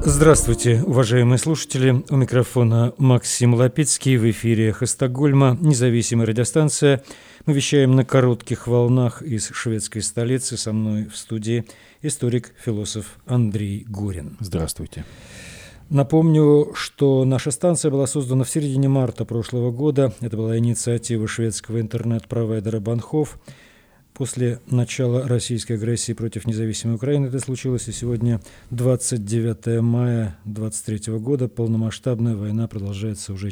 Здравствуйте, уважаемые слушатели. У микрофона Максим Лапицкий. В эфире «Эхо Стокгольма», независимая радиостанция. Мы вещаем на коротких волнах из шведской столицы. Со мной в студии историк-философ Андрей Горин. Здравствуйте. Напомню, что наша станция была создана в середине марта прошлого года. Это была инициатива шведского интернет-провайдера Банхоф. После начала российской агрессии против независимой Украины это случилось, и сегодня 29 мая 2023 года. Полномасштабная война продолжается уже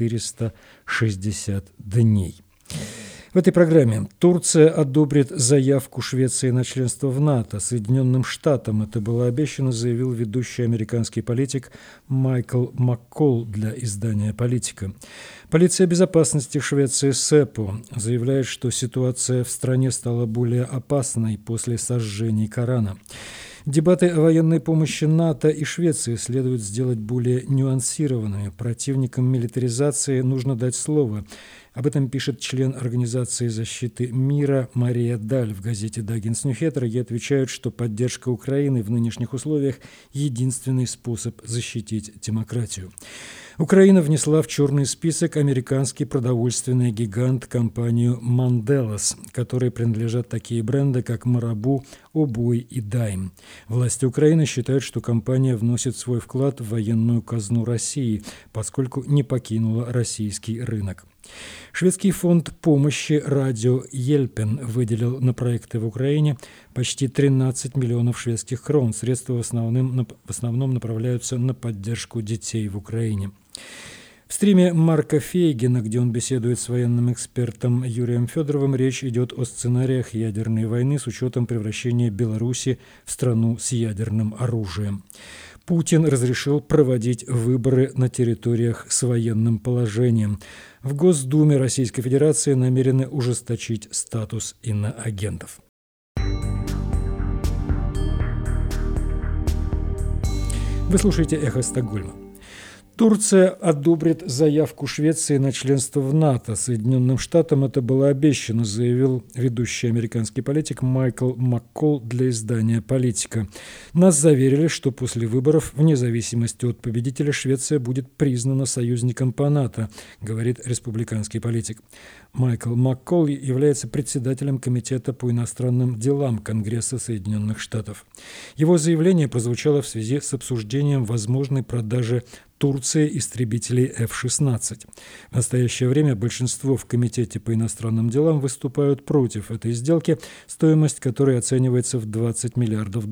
460 дней. В этой программе Турция одобрит заявку Швеции на членство в НАТО. Соединенным Штатам это было обещано, заявил ведущий американский политик Майкл Маккол для издания «Политика». Полиция безопасности Швеции СЭПО заявляет, что ситуация в стране стала более опасной после сожжений Корана. Дебаты о военной помощи НАТО и Швеции следует сделать более нюансированными. Противникам милитаризации нужно дать слово. Об этом пишет член Организации защиты мира Мария Даль в газете «Даггинс Ньюхеттер». Ей отвечают, что поддержка Украины в нынешних условиях – единственный способ защитить демократию. Украина внесла в черный список американский продовольственный гигант компанию «Манделас», которой принадлежат такие бренды, как «Марабу», «Обой» и «Дайм». Власти Украины считают, что компания вносит свой вклад в военную казну России, поскольку не покинула российский рынок. Шведский фонд помощи «Радио Hjälpen» выделил на проекты в Украине почти 13 миллионов шведских крон. Средства в основном направляются на поддержку детей в Украине. В стриме Марка Фейгина, где он беседует с военным экспертом Юрием Федоровым, речь идет о сценариях ядерной войны с учетом превращения Беларуси в страну с ядерным оружием. Путин разрешил проводить выборы на территориях с военным положением. В Госдуме Российской Федерации намерены ужесточить статус иноагентов. Вы слушаете «Эхо Стокгольма». Турция одобрит заявку Швеции на членство в НАТО. Соединенным Штатам это было обещано, заявил ведущий американский политик Майкл Маккол для издания «Политика». Нас заверили, что после выборов, вне зависимости от победителя, Швеция будет признана союзником по НАТО, говорит республиканский политик. Майкл Маккол является председателем Комитета по иностранным делам Конгресса Соединенных Штатов. Его заявление прозвучало в связи с обсуждением возможной продажи Турции истребителей F-16. В настоящее время большинство в Комитете по иностранным делам выступают против этой сделки, стоимость которой оценивается в $20 миллиардов.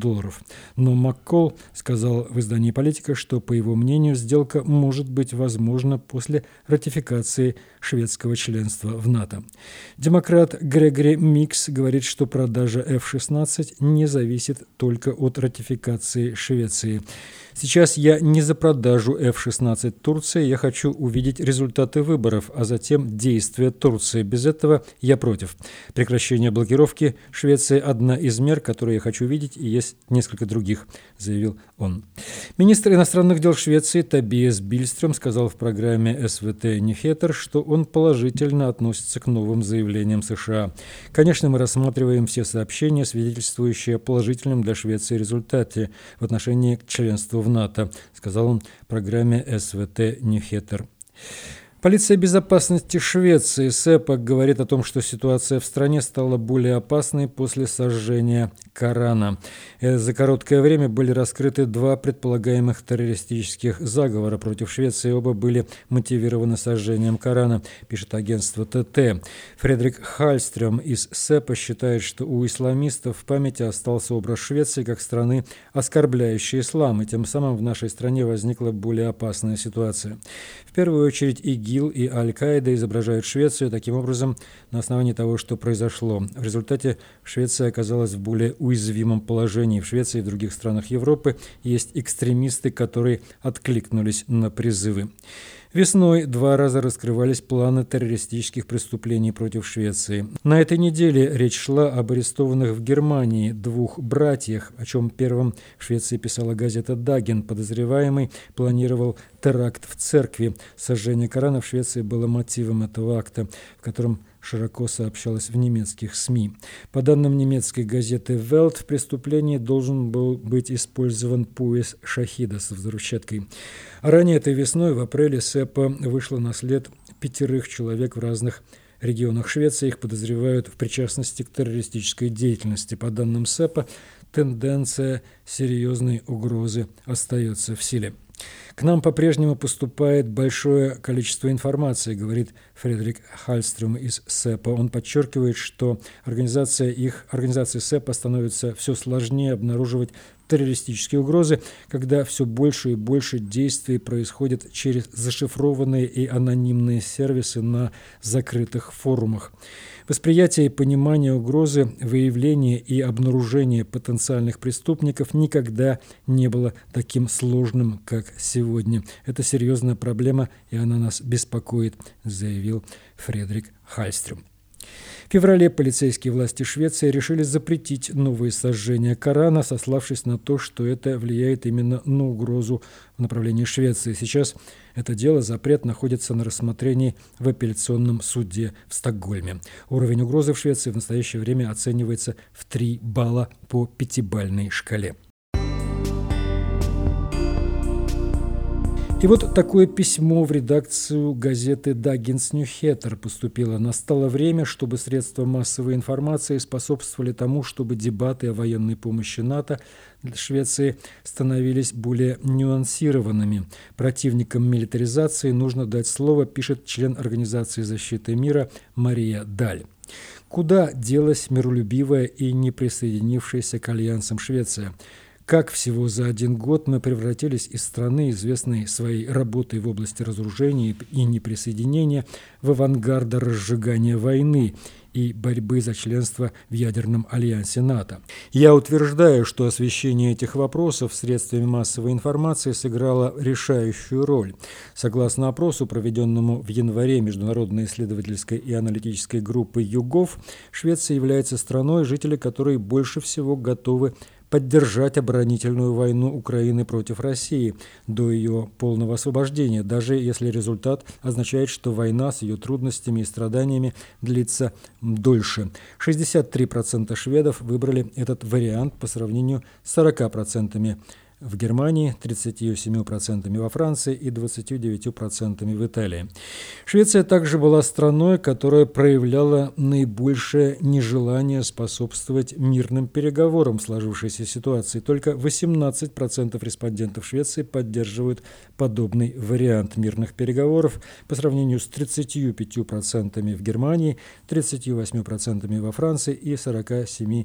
Но Маккол сказал в издании «Политика», что, по его мнению, сделка может быть возможна после ратификации шведского членства в НАТО. Демократ Грегори Микс говорит, что продажа F-16 не зависит только от ратификации Швеции. Сейчас я не за продажу F-16 Турции, я хочу увидеть результаты выборов, а затем действия Турции. Без этого я против. Прекращение блокировки Швеции – одна из мер, которые я хочу видеть, и есть несколько других, заявил он. Министр иностранных дел Швеции Тобиас Бильстрём сказал в программе СВТ Ньюхеттер, что он положительно относится к новым заявлениям США. Конечно, мы рассматриваем все сообщения, свидетельствующие о положительном для Швеции результате в отношении к членству в НАТО, сказал он в программе СВТ Ньюхеттер. Полиция безопасности Швеции СЭПО говорит о том, что ситуация в стране стала более опасной после сожжения Корана. За короткое время были раскрыты 2 предполагаемых террористических заговора против Швеции. Оба были мотивированы сожжением Корана, пишет агентство ТТ. Фредерик Хальстрём из СЭПО считает, что у исламистов в памяти остался образ Швеции как страны, оскорбляющей ислам, и тем самым в нашей стране возникла более опасная ситуация. В первую очередь ИГИЛ и Аль-Каида изображают Швецию таким образом на основании того, что произошло. В результате Швеция оказалась в более уязвимом положении. В Швеции и других странах Европы есть экстремисты, которые откликнулись на призывы. Весной 2 раза раскрывались планы террористических преступлений против Швеции. На этой неделе речь шла об арестованных в Германии 2 братьях, о чем первым в Швеции писала газета «Даген». Подозреваемый планировал теракт в церкви. Сожжение Корана в Швеции было мотивом этого акта, в котором широко сообщалось в немецких СМИ. По данным немецкой газеты «Велт», в преступлении должен был быть использован пояс шахида с взрывчаткой. А ранее этой весной, в апреле, СЭПО вышла на след 5 человек в разных регионах Швеции. Их подозревают в причастности к террористической деятельности. По данным СЭПО, тенденция серьезной угрозы остается в силе. К нам по-прежнему поступает большое количество информации, говорит Фредерик Хальстрём из СЭПО. Он подчеркивает, что организации СЭПО становится все сложнее обнаруживать террористические угрозы, когда все больше и больше действий происходит через зашифрованные и анонимные сервисы на закрытых форумах. Восприятие и понимание угрозы, выявление и обнаружение потенциальных преступников никогда не было таким сложным, как сегодня. Это серьезная проблема, и она нас беспокоит, заявил Фредерик Хальстрём. В феврале полицейские власти Швеции решили запретить новые сожжения Корана, сославшись на то, что это влияет именно на угрозу в направлении Швеции. Сейчас это дело, запрет, находится на рассмотрении в апелляционном суде в Стокгольме. Уровень угрозы в Швеции в настоящее время оценивается в 3 балла по 5-бальной шкале. И вот такое письмо в редакцию газеты «Даггинс Нюхетер» поступило. Настало время, чтобы средства массовой информации способствовали тому, чтобы дебаты о военной помощи НАТО для Швеции становились более нюансированными. Противникам милитаризации нужно дать слово, пишет член Организации защиты мира Мария Даль. Куда делась миролюбивая и не присоединившаяся к альянсам Швеция? Как всего за 1 год мы превратились из страны, известной своей работой в области разоружения и неприсоединения, в авангарда разжигания войны и борьбы за членство в ядерном альянсе НАТО. Я утверждаю, что освещение этих вопросов средствами массовой информации сыграло решающую роль. Согласно опросу, проведенному в январе Международной исследовательской и аналитической группой ЮГОВ, Швеция является страной, жители которой больше всего готовы поддержать оборонительную войну Украины против России до ее полного освобождения, даже если результат означает, что война с ее трудностями и страданиями длится дольше. 63% шведов выбрали этот вариант по сравнению с 40% в Германии, 37% во Франции и 29% в Италии. Швеция также была страной, которая проявляла наибольшее нежелание способствовать мирным переговорам в сложившейся ситуации. Только 18% респондентов Швеции поддерживают подобный вариант мирных переговоров по сравнению с 35% в Германии, 38% во Франции и 47%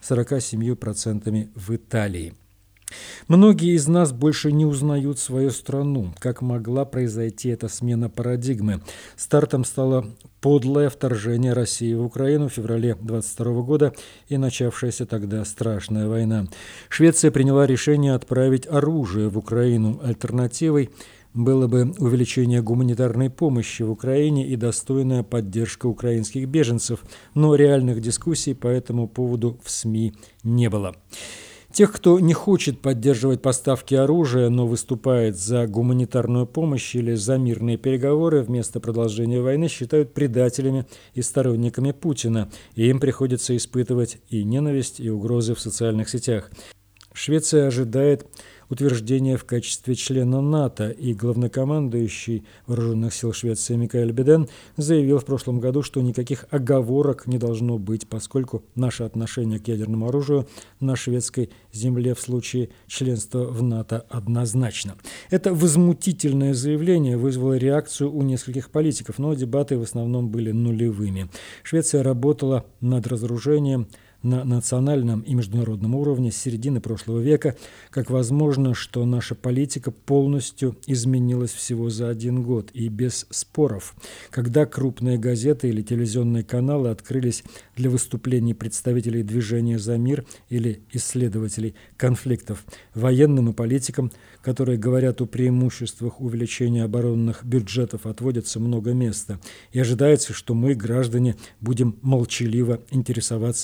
в Италии. Многие из нас больше не узнают свою страну. Как могла произойти эта смена парадигмы? Стартом стало подлое вторжение России в Украину в феврале 2022 года и начавшаяся тогда страшная война. Швеция приняла решение отправить оружие в Украину. Альтернативой было бы увеличение гуманитарной помощи в Украине и достойная поддержка украинских беженцев, но реальных дискуссий по этому поводу в СМИ не было. Тех, кто не хочет поддерживать поставки оружия, но выступает за гуманитарную помощь или за мирные переговоры вместо продолжения войны, считают предателями и сторонниками Путина, и им приходится испытывать и ненависть, и угрозы в социальных сетях. Швеция ожидает утверждения в качестве члена НАТО, и главнокомандующий Вооруженных сил Швеции Микаэль Беден заявил в прошлом году, что никаких оговорок не должно быть, поскольку наше отношение к ядерному оружию на шведской земле в случае членства в НАТО однозначно. Это возмутительное заявление вызвало реакцию у нескольких политиков, но дебаты в основном были нулевыми. Швеция работала над разоружением на национальном и международном уровне с середины прошлого века. Как возможно, что наша политика полностью изменилась всего за 1 год и без споров. Когда крупные газеты или телевизионные каналы открылись для выступлений представителей движения за мир или исследователей конфликтов, военным и политикам, которые говорят о преимуществах увеличения оборонных бюджетов, отводится много места. И ожидается, что мы, граждане, будем молчаливо интересоваться всеми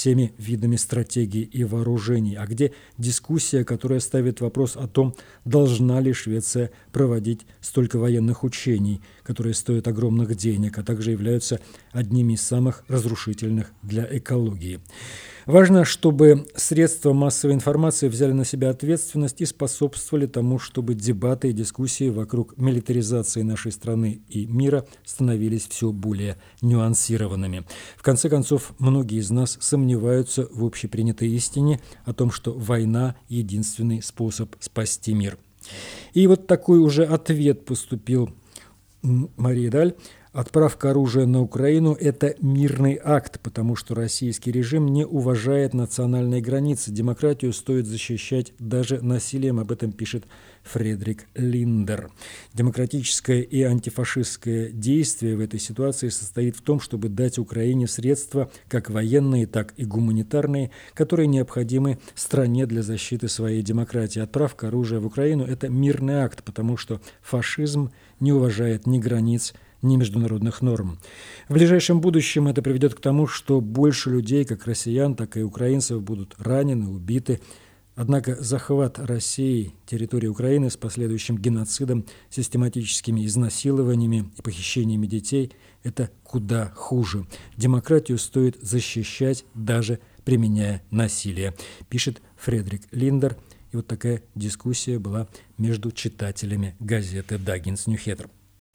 всеми видами стратегий и вооружений, а где дискуссия, которая ставит вопрос о том, должна ли Швеция проводить столько военных учений, которые стоят огромных денег, а также являются одними из самых разрушительных для экологии. Важно, чтобы средства массовой информации взяли на себя ответственность и способствовали тому, чтобы дебаты и дискуссии вокруг милитаризации нашей страны и мира становились все более нюансированными. В конце концов, многие из нас сомневаются в общепринятой истине о том, что война – единственный способ спасти мир. И вот такой уже ответ поступил Марии Даль. Отправка оружия на Украину – это мирный акт, потому что российский режим не уважает национальные границы. Демократию стоит защищать даже насилием, об этом пишет Фредрик Линдер. Демократическое и антифашистское действие в этой ситуации состоит в том, чтобы дать Украине средства, как военные, так и гуманитарные, которые необходимы стране для защиты своей демократии. Отправка оружия в Украину – это мирный акт, потому что фашизм не уважает ни границ, ни международных норм. В ближайшем будущем это приведет к тому, что больше людей, как россиян, так и украинцев, будут ранены, убиты. Однако захват России территории Украины с последующим геноцидом, систематическими изнасилованиями и похищениями детей – это куда хуже. Демократию стоит защищать, даже применяя насилие, пишет Фредрик Линдер. И вот такая дискуссия была между читателями газеты «Даггинс Ньюхедер».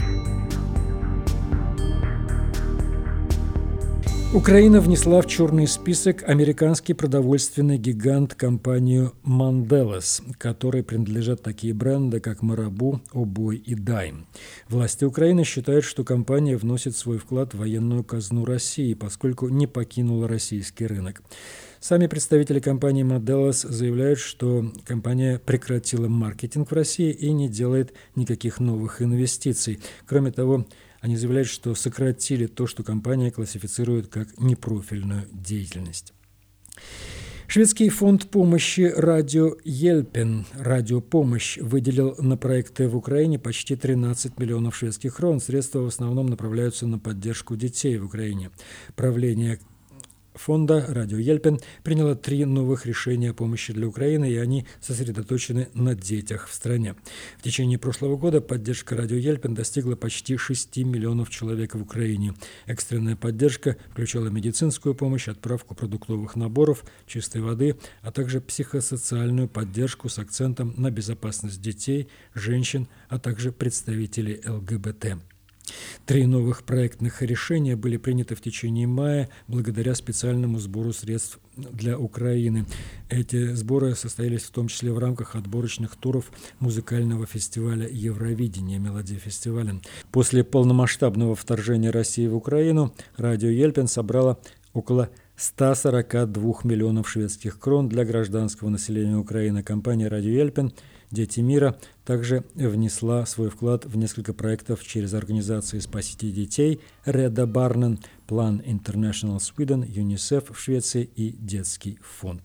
Украина внесла в черный список американский продовольственный гигант компанию Mondelez, которой принадлежат такие бренды, как Марабу, Обой и Дайм. Власти Украины считают, что компания вносит свой вклад в военную казну России, поскольку не покинула российский рынок. Сами представители компании Mondelez заявляют, что компания прекратила маркетинг в России и не делает никаких новых инвестиций. Кроме того, они заявляют, что сократили то, что компания классифицирует как непрофильную деятельность. Шведский фонд помощи «Радио Hjälpen» «Радиопомощь» выделил на проекты в Украине почти 13 миллионов шведских крон. Средства в основном направляются на поддержку детей в Украине. Правление фонда «Радио Hjälpen» приняло 3 новых решения о помощи для Украины, и они сосредоточены на детях в стране. В течение прошлого года поддержка «Радио Hjälpen» достигла почти 6 миллионов человек в Украине. Экстренная поддержка включала медицинскую помощь, отправку продуктовых наборов, чистой воды, а также психосоциальную поддержку с акцентом на безопасность детей, женщин, а также представителей ЛГБТ. 3 новых проектных решения были приняты в течение мая благодаря специальному сбору средств для Украины. Эти сборы состоялись в том числе в рамках отборочных туров музыкального фестиваля Евровидения «Мелодия фестиваля». После полномасштабного вторжения России в Украину «Радио Hjälpen» собрало около 142 миллионов шведских крон для гражданского населения Украины. Компания «Радио Hjälpen» «Дети мира» также внесла свой вклад в несколько проектов через организации «Спасите детей», «Rädda Barnen», «Plan International Sweden», ЮНИСЕФ в Швеции и Детский фонд.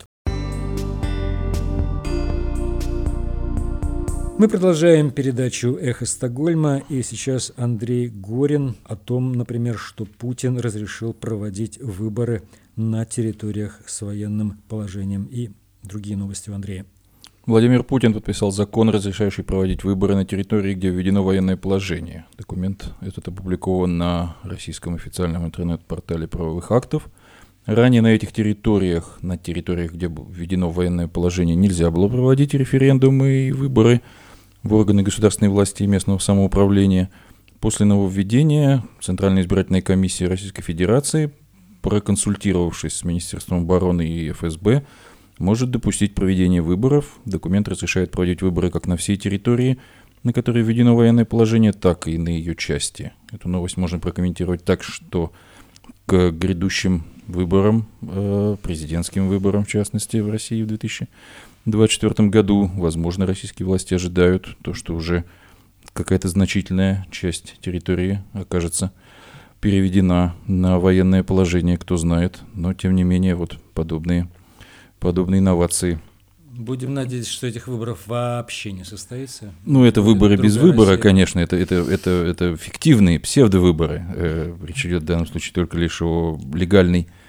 Мы продолжаем передачу «Эхо Стокгольма», и сейчас Андрей Горин о том, например, что Путин разрешил проводить выборы на территориях с военным положением, и другие новости у Андрея. Владимир Путин подписал закон, разрешающий проводить выборы на территории, где введено военное положение. Документ этот опубликован на российском официальном интернет-портале правовых актов. Ранее на этих территориях, на территориях, где введено военное положение, нельзя было проводить референдумы и выборы в органы государственной власти и местного самоуправления. После нововведения Центральная избирательная комиссия Российской Федерации, проконсультировавшись с Министерством обороны и ФСБ, может допустить проведение выборов. Документ разрешает проводить выборы как на всей территории, на которой введено военное положение, так и на ее части. Эту новость можно прокомментировать так, что к грядущим выборам, президентским выборам, в частности, в России в 2024 году, возможно, российские власти ожидают то, что уже какая-то значительная часть территории окажется переведена на военное положение, кто знает. Но, тем не менее, вот подобные инновации. Будем надеяться, что этих выборов вообще не состоится. Ну, это выборы без выбора, Россия. Конечно, это фиктивные псевдовыборы. Речь идет в данном случае только лишь о легальной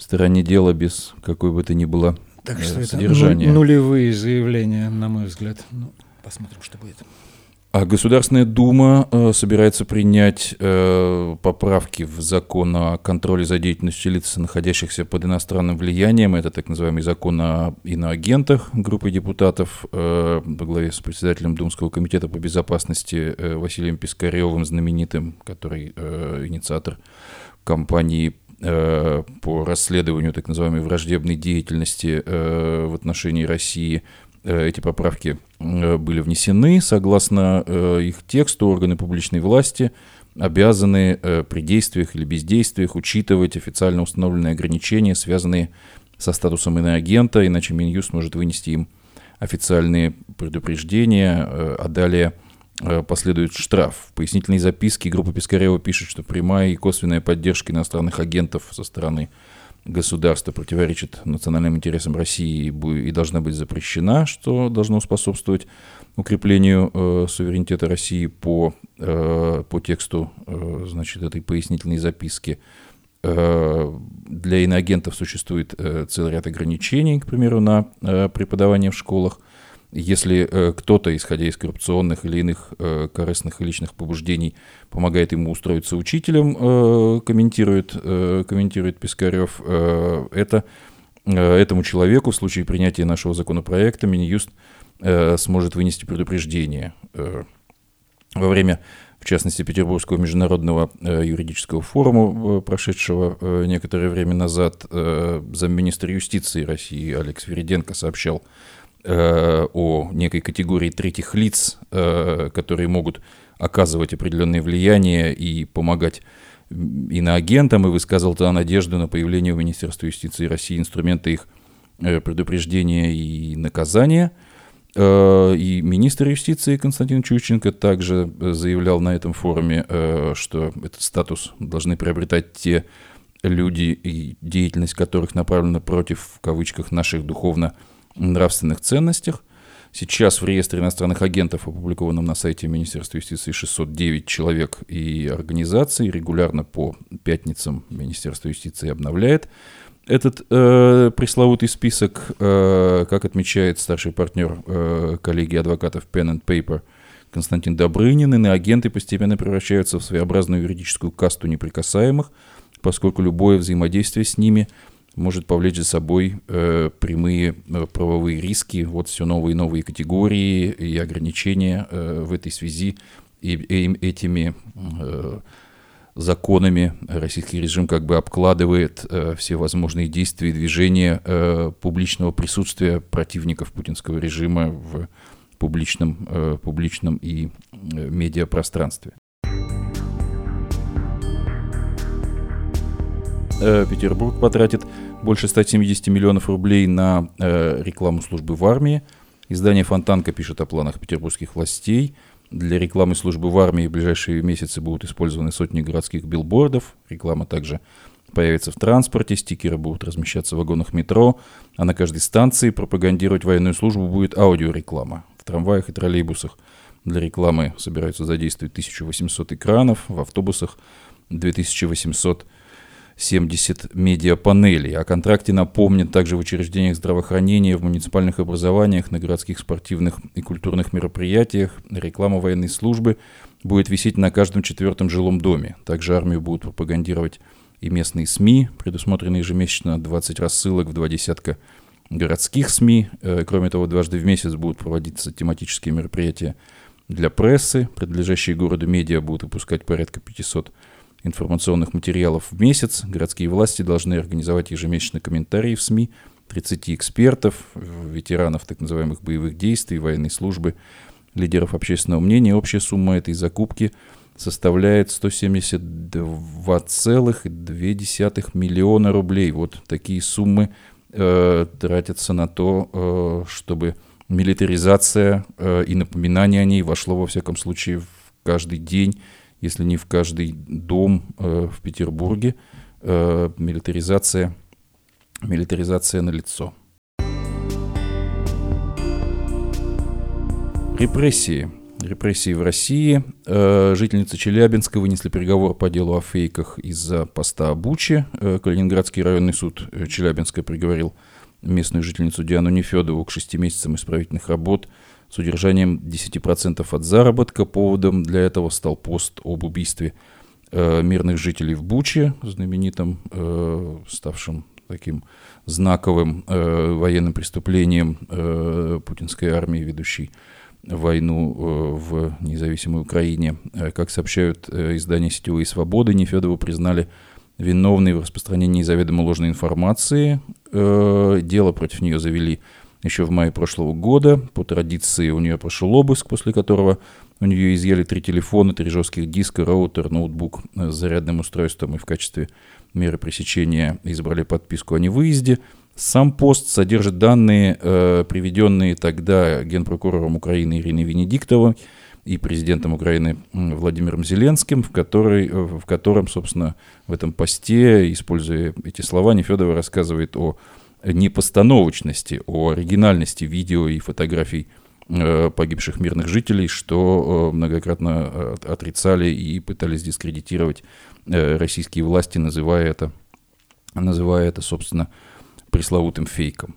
стороне дела без какой бы то ни было Так что содержания. Это нулевые заявления, на мой взгляд. Посмотрим, что будет. А Государственная Дума собирается принять поправки в закон о контроле за деятельностью лиц, находящихся под иностранным влиянием. Это так называемый закон о иноагентах группы депутатов во главе с председателем Думского комитета по безопасности Василием Пискаревым, знаменитым, который инициатор кампании по расследованию так называемой враждебной деятельности в отношении России. Эти поправки были внесены. Согласно их тексту, органы публичной власти обязаны при действиях или бездействиях учитывать официально установленные ограничения, связанные со статусом иноагента, иначе Минюст может вынести им официальные предупреждения, а далее последует штраф. В пояснительной записке группа Пискарева пишет, что прямая и косвенная поддержка иностранных агентов со стороны государства противоречит национальным интересам России и должна быть запрещена, что должно способствовать укреплению суверенитета России по тексту этой пояснительной записки. Для иноагентов существует целый ряд ограничений, к примеру, на преподавание в школах. Если кто-то, исходя из коррупционных или иных корыстных и личных побуждений, помогает ему устроиться учителем, комментирует Пискарев, этому человеку в случае принятия нашего законопроекта Минюст сможет вынести предупреждение. Во время, в частности, Петербургского международного юридического форума, прошедшего некоторое время назад, замминистра юстиции России Алекс Вериденко сообщал о некой категории третьих лиц, которые могут оказывать определенное влияние и помогать иноагентам, и высказал надежду на появление у Министерства юстиции России инструмента их предупреждения и наказания. И министр юстиции Константин Чущенко также заявлял на этом форуме, что этот статус должны приобретать те люди, и деятельность которых направлена против, в кавычках, наших духовно-нравственных ценностях. Сейчас в реестре иностранных агентов, опубликованном на сайте Министерства юстиции, 609 человек и организаций. Регулярно по пятницам Министерство юстиции обновляет этот пресловутый список. Как отмечает старший партнер коллегии адвокатов Pen and Paper Константин Добрынин, иноагенты постепенно превращаются в своеобразную юридическую касту неприкасаемых, поскольку любое взаимодействие с ними может повлечь за собой прямые правовые риски. Вот все новые и новые категории и ограничения в этой связи. И этими законами российский режим как бы обкладывает все возможные действия и движения публичного присутствия противников путинского режима в публичном и медиапространстве. Петербург потратит больше 170 миллионов рублей на рекламу службы в армии. Издание «Фонтанка» пишет о планах петербургских властей. Для рекламы службы в армии в ближайшие месяцы будут использованы сотни городских билбордов. Реклама также появится в транспорте, стикеры будут размещаться в вагонах метро, а на каждой станции пропагандировать военную службу будет аудиореклама. В трамваях и троллейбусах для рекламы собираются задействовать 1800 экранов, в автобусах 2870 медиапанелей. О контракте напомнят также в учреждениях здравоохранения, в муниципальных образованиях, на городских спортивных и культурных мероприятиях. Реклама военной службы будет висеть на каждом 4-м жилом доме. Также армию будут пропагандировать и местные СМИ. Предусмотрены ежемесячно 20 рассылок в 20 городских СМИ. Кроме того, дважды в месяц будут проводиться тематические мероприятия для прессы. Принадлежащие городу медиа будут выпускать порядка 500 информационных материалов в месяц. Городские власти должны организовать ежемесячно комментарии в СМИ 30 экспертов, ветеранов так называемых боевых действий, военной службы, лидеров общественного мнения. Общая сумма этой закупки составляет 172,2 миллиона рублей. Вот такие суммы тратятся на то, чтобы милитаризация и напоминание о ней вошло, во всяком случае, в каждый день, если не в каждый дом в Петербурге. Милитаризация налицо. Репрессии. Репрессии в России. Жительницы Челябинска вынесли приговор по делу о фейках из-за поста о Буче. Калининградский районный суд Челябинска приговорил местную жительницу Диану Нефедову к 6 месяцам исправительных работ с удержанием 10% от заработка. Поводом для этого стал пост об убийстве мирных жителей в Буче, знаменитым, ставшим таким знаковым военным преступлением путинской армии, ведущей войну в независимой Украине. Как сообщают издания «Сетевые свободы», Нефедову признали виновной в распространении заведомо ложной информации. Дело против нее завели еще в мае прошлого года. По традиции у нее прошел обыск, после которого у нее изъяли 3 телефона, 3 жестких диска, роутер, ноутбук с зарядным устройством и в качестве меры пресечения избрали подписку о невыезде. Сам пост содержит данные, приведенные тогда генпрокурором Украины Ириной Венедиктовой и президентом Украины Владимиром Зеленским, в котором, собственно, в этом посте, используя эти слова, Нефедова рассказывает о непостановочности, о оригинальности видео и фотографий погибших мирных жителей, что многократно отрицали и пытались дискредитировать российские власти, называя это, собственно, пресловутым фейком.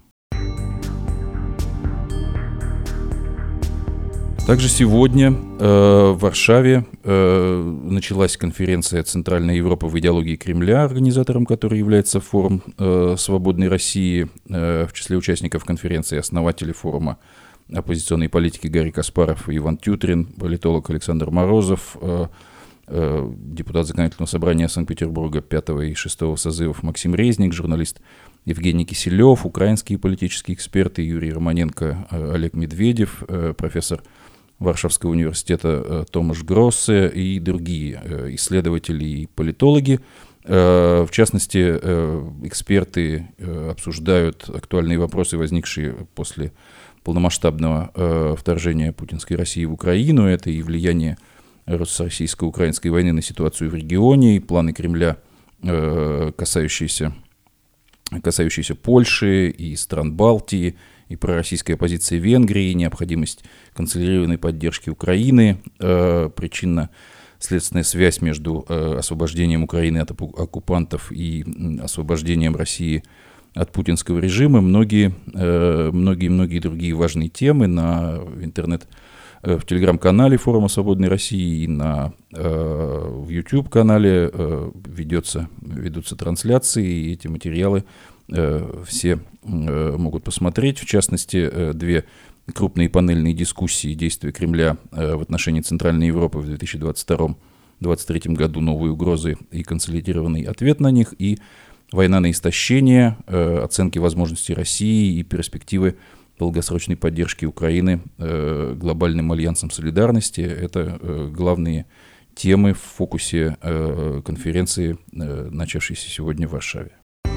Также сегодня в Варшаве началась конференция «Центральная Европа в идеологии Кремля», организатором которой является форум «Свободной России». В числе участников конференции основатели форума оппозиционной политики Гарри Каспаров и Иван Тютрин, политолог Александр Морозов, депутат Законодательного собрания Санкт-Петербурга 5 и 6 созывов Максим Резник, журналист Евгений Киселев, украинские политические эксперты Юрий Романенко, Олег Медведев, профессор Варшавского университета Томаш Гроссе и другие исследователи и политологи. В частности, эксперты обсуждают актуальные вопросы, возникшие после полномасштабного вторжения путинской России в Украину. Это и влияние русско-российско-украинской войны на ситуацию в регионе, и планы Кремля, касающиеся Польши и стран Балтии, и пророссийская позиция Венгрии, и необходимость консолидированной поддержки Украины, причинно-следственная связь между освобождением Украины от оккупантов и освобождением России от путинского режима, многие другие важные темы в телеграм-канале форума «Свободной России» и в YouTube-канале ведутся трансляции, и эти материалы все могут посмотреть. В частности, 2 крупные панельные дискуссии действия Кремля в отношении Центральной Европы в 2022-2023 году, новые угрозы и консолидированный ответ на них, и война на истощение, оценки возможностей России и перспективы долгосрочной поддержки Украины глобальным альянсом солидарности. Это главные темы в фокусе конференции, начавшейся сегодня в Варшаве.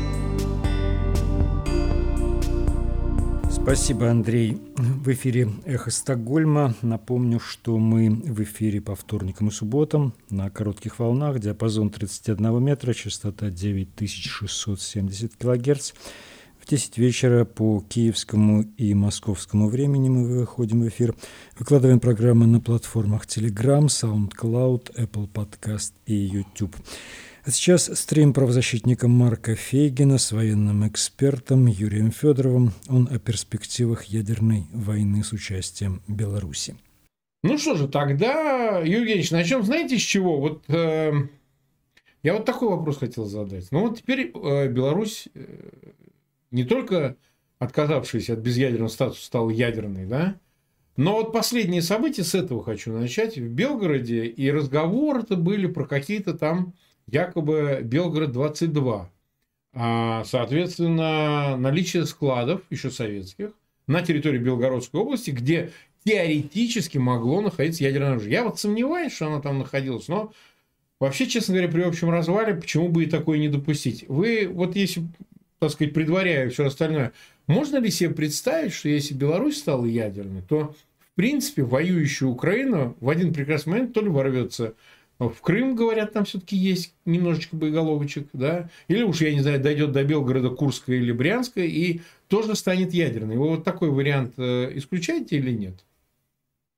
Спасибо, Андрей. В эфире «Эхо Стокгольма». Напомню, что мы в эфире по вторникам и субботам на коротких волнах, диапазон 31 метра, частота 9670 килогерц. В 10 вечера по киевскому и московскому времени мы выходим в эфир. Выкладываем программы на платформах Telegram, SoundCloud, Apple Podcast и YouTube. А сейчас стрим правозащитника Марка Фейгина с военным экспертом Юрием Федоровым. Он о перспективах ядерной войны с участием Беларуси. Ну что же, тогда, Юрий Евгеньевич, начнем, знаете, с чего? Я вот такой вопрос хотел задать. Ну вот теперь Беларусь, не только отказавшаяся от безъядерного статуса, стала ядерной, да? Но вот последние события, с этого хочу начать, в Белгороде, и разговоры-то были про какие-то там якобы Белгород-22. Соответственно, наличие складов, еще советских, на территории Белгородской области, где теоретически могло находиться ядерное оружие. Я вот сомневаюсь, что оно там находилось, но вообще, честно говоря, при общем развале, почему бы и такое не допустить? Вы, вот если, так сказать, предваряя все остальное, можно ли себе представить, что если Беларусь стала ядерной, то, в принципе, воюющая Украина в один прекрасный момент то ли ворвется в Крым, говорят, там все-таки есть немножечко боеголовочек, да, или уж, я не знаю, дойдет до Белгорода, Курска или Брянска и тоже станет ядерной. Вы вот такой вариант исключаете или нет?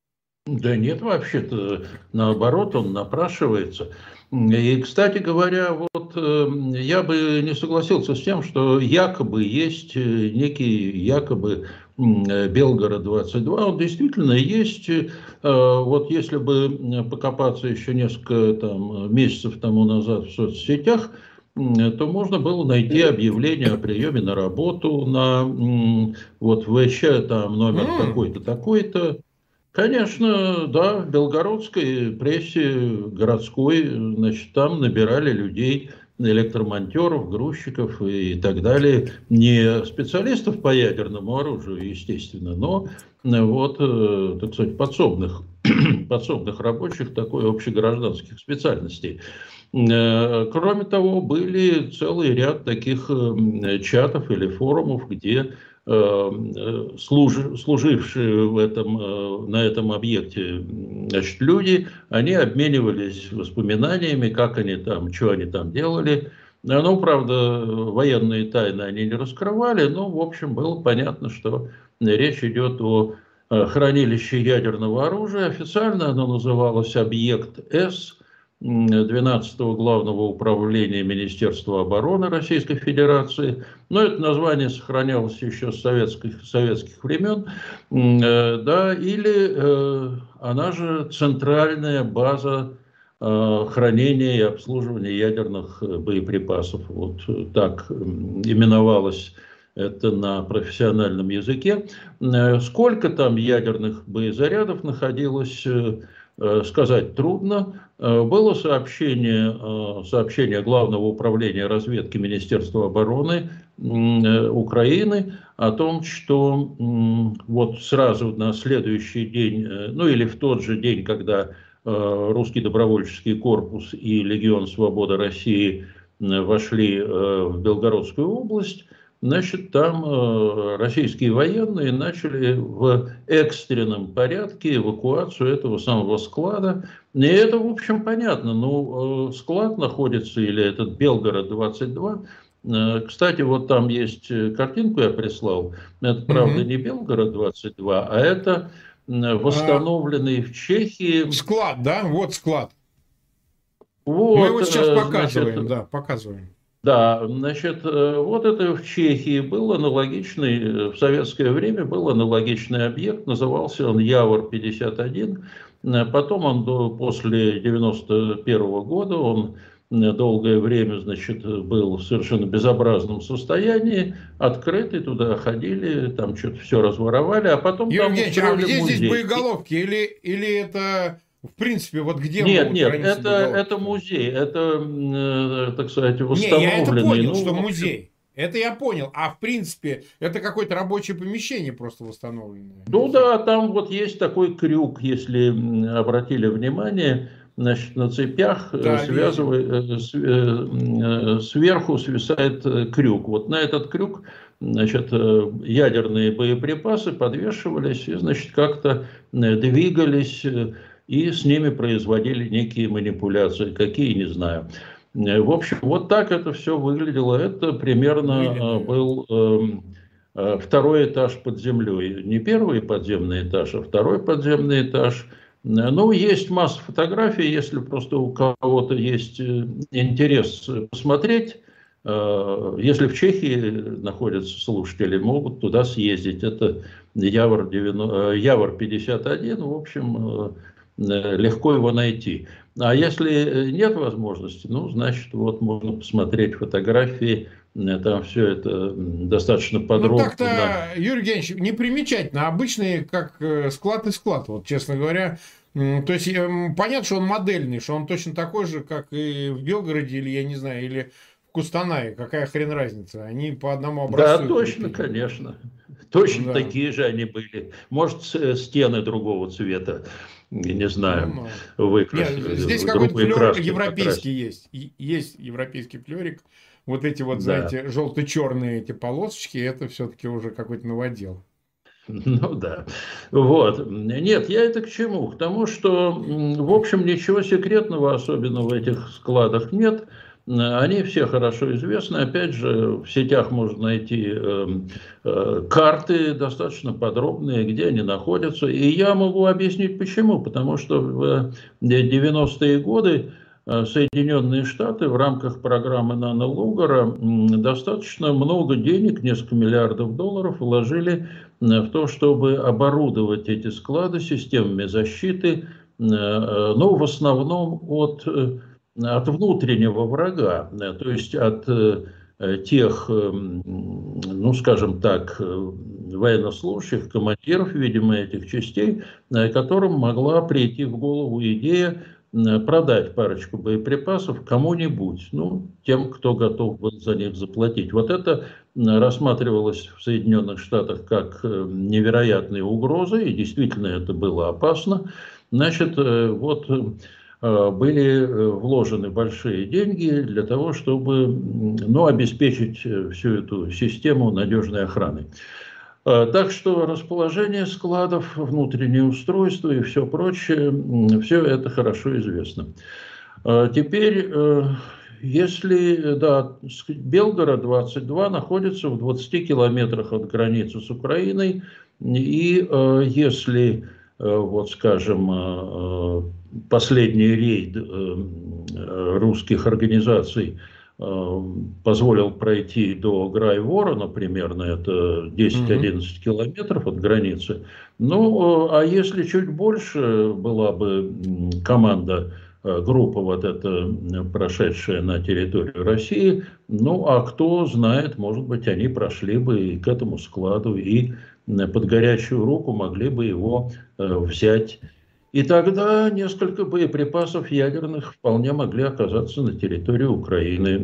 Да нет, вообще-то наоборот, он напрашивается. И, кстати говоря, вот я бы не согласился с тем, что якобы есть некий якобы Белгород-22. Он действительно есть. Вот если бы покопаться еще несколько там, месяцев тому назад в соцсетях, то можно было найти объявление о приеме на работу на вот ВЧ, там номер такой-то, такой-то. Конечно, да, в белгородской прессе городской, значит, там набирали людей, электромонтеров, грузчиков и так далее. Не специалистов по ядерному оружию, естественно, но вот, так сказать, подсобных рабочих такой общегражданских специальностей. Кроме того, были целый ряд таких чатов или форумов, где служившие на этом объекте, значит, люди, они обменивались воспоминаниями, как они там, что они там делали. Ну, правда, военные тайны они не раскрывали, но, в общем, было понятно, что речь идет о хранилище ядерного оружия. Официально оно называлось «Объект С», 12-го Главного управления Министерства обороны Российской Федерации. Но это название сохранялось еще с советских времен. Да, или она же центральная база хранения и обслуживания ядерных боеприпасов. Вот так именовалось это на профессиональном языке. Сколько там ядерных боезарядов находилось, сказать трудно. Было сообщение Главного управления разведки Министерства обороны Украины о том, что вот сразу на следующий день, ну или в тот же день, когда Русский добровольческий корпус и Легион Свободы России вошли в Белгородскую область, значит, там российские военные начали в экстренном порядке эвакуацию этого самого склада. И это, в общем, понятно. Ну, склад находится, или этот Белгород-22. Кстати, вот там есть картинку, я прислал. Это, правда, не Белгород-22, а это восстановленный в Чехии... Склад, да? Вот склад. Вот, мы его сейчас показываем, значит, да, показываем. Да, значит, вот это в Чехии был аналогичный, в советское время был аналогичный объект, назывался он Явор-51. Потом он после 91 года, он долгое время, значит, был в совершенно безобразном состоянии, открытый, туда ходили, там что-то все разворовали, а потом Юрий там Евгеньевич, а устроили где музей. здесь боеголовки? Или это, в принципе, вот где Нет, могут нет, храниться боеголовки? это музей, это, так сказать, Не, восстановленный. я это понял, ну, что в общем, музей. Это я понял. А в принципе, это какое-то рабочее помещение просто восстановленное. Ну да, там вот есть такой крюк, если обратили внимание, значит, на цепях Да, сверху свисает крюк. Вот на этот крюк, значит, ядерные боеприпасы подвешивались и, значит, как-то двигались, и с ними производили некие манипуляции, какие, не знаю. В общем, вот так это все выглядело. Это примерно был второй этаж под землей. Не первый подземный этаж, а второй подземный этаж. Ну, есть масса фотографий, если просто у кого-то есть интерес посмотреть. Если в Чехии находятся слушатели, могут туда съездить. Это Явор-51, в общем, легко его найти. А если нет возможности, ну, значит, вот можно посмотреть фотографии, там все это достаточно подробно. Ну, так-то, Юрий Евгеньевич, непримечательно. Обычный, как склад и склад, вот, честно говоря. То есть, понятно, что он модельный, что он точно такой же, как и в Белгороде, или, я не знаю, или в Кустанае. Какая хрен разница? Они по одному образцу. Да, точно, крепили. конечно. Точно Да. такие же они были. Может, стены другого цвета, не знаю, выкрасили. Нет, здесь какой-то флер европейский есть. Есть европейский флерик. Вот эти вот, знаете, желто-черные эти полосочки, это все-таки уже какой-то новодел. Ну да. Вот. Нет, я это к чему? К тому, что, в общем, ничего секретного особенного в этих складах нет. Они все хорошо известны. Опять же, в сетях можно найти карты достаточно подробные, где они находятся. И я могу объяснить почему. Потому что в 90-е годы Соединенные Штаты в рамках программы Нано-Лугара достаточно много денег, несколько миллиардов долларов, вложили в то, чтобы оборудовать эти склады системами защиты, но в основном от внутреннего врага, то есть от тех, ну скажем так, военнослужащих, командиров, видимо, этих частей, которым могла прийти в голову идея продать парочку боеприпасов кому-нибудь, ну, тем, кто готов был за них заплатить. Вот это рассматривалось в Соединенных Штатах как невероятная угроза, и действительно это было опасно. Значит, вот были вложены большие деньги для того, чтобы, ну, обеспечить всю эту систему надежной охраной. Так что расположение складов, внутреннее устройство и все прочее, все это хорошо известно. Теперь, если, да, Белгород-22 находится в 20 километрах от границы с Украиной, и если, вот скажем, последний рейд русских организаций позволил пройти до Грайворона, примерно это 10-11 километров от границы. Ну, а если чуть больше была бы команда, группа вот эта, прошедшая на территорию России, ну, а кто знает, может быть, они прошли бы и к этому складу, и под горячую руку могли бы его взять. И тогда несколько боеприпасов ядерных вполне могли оказаться на территории Украины.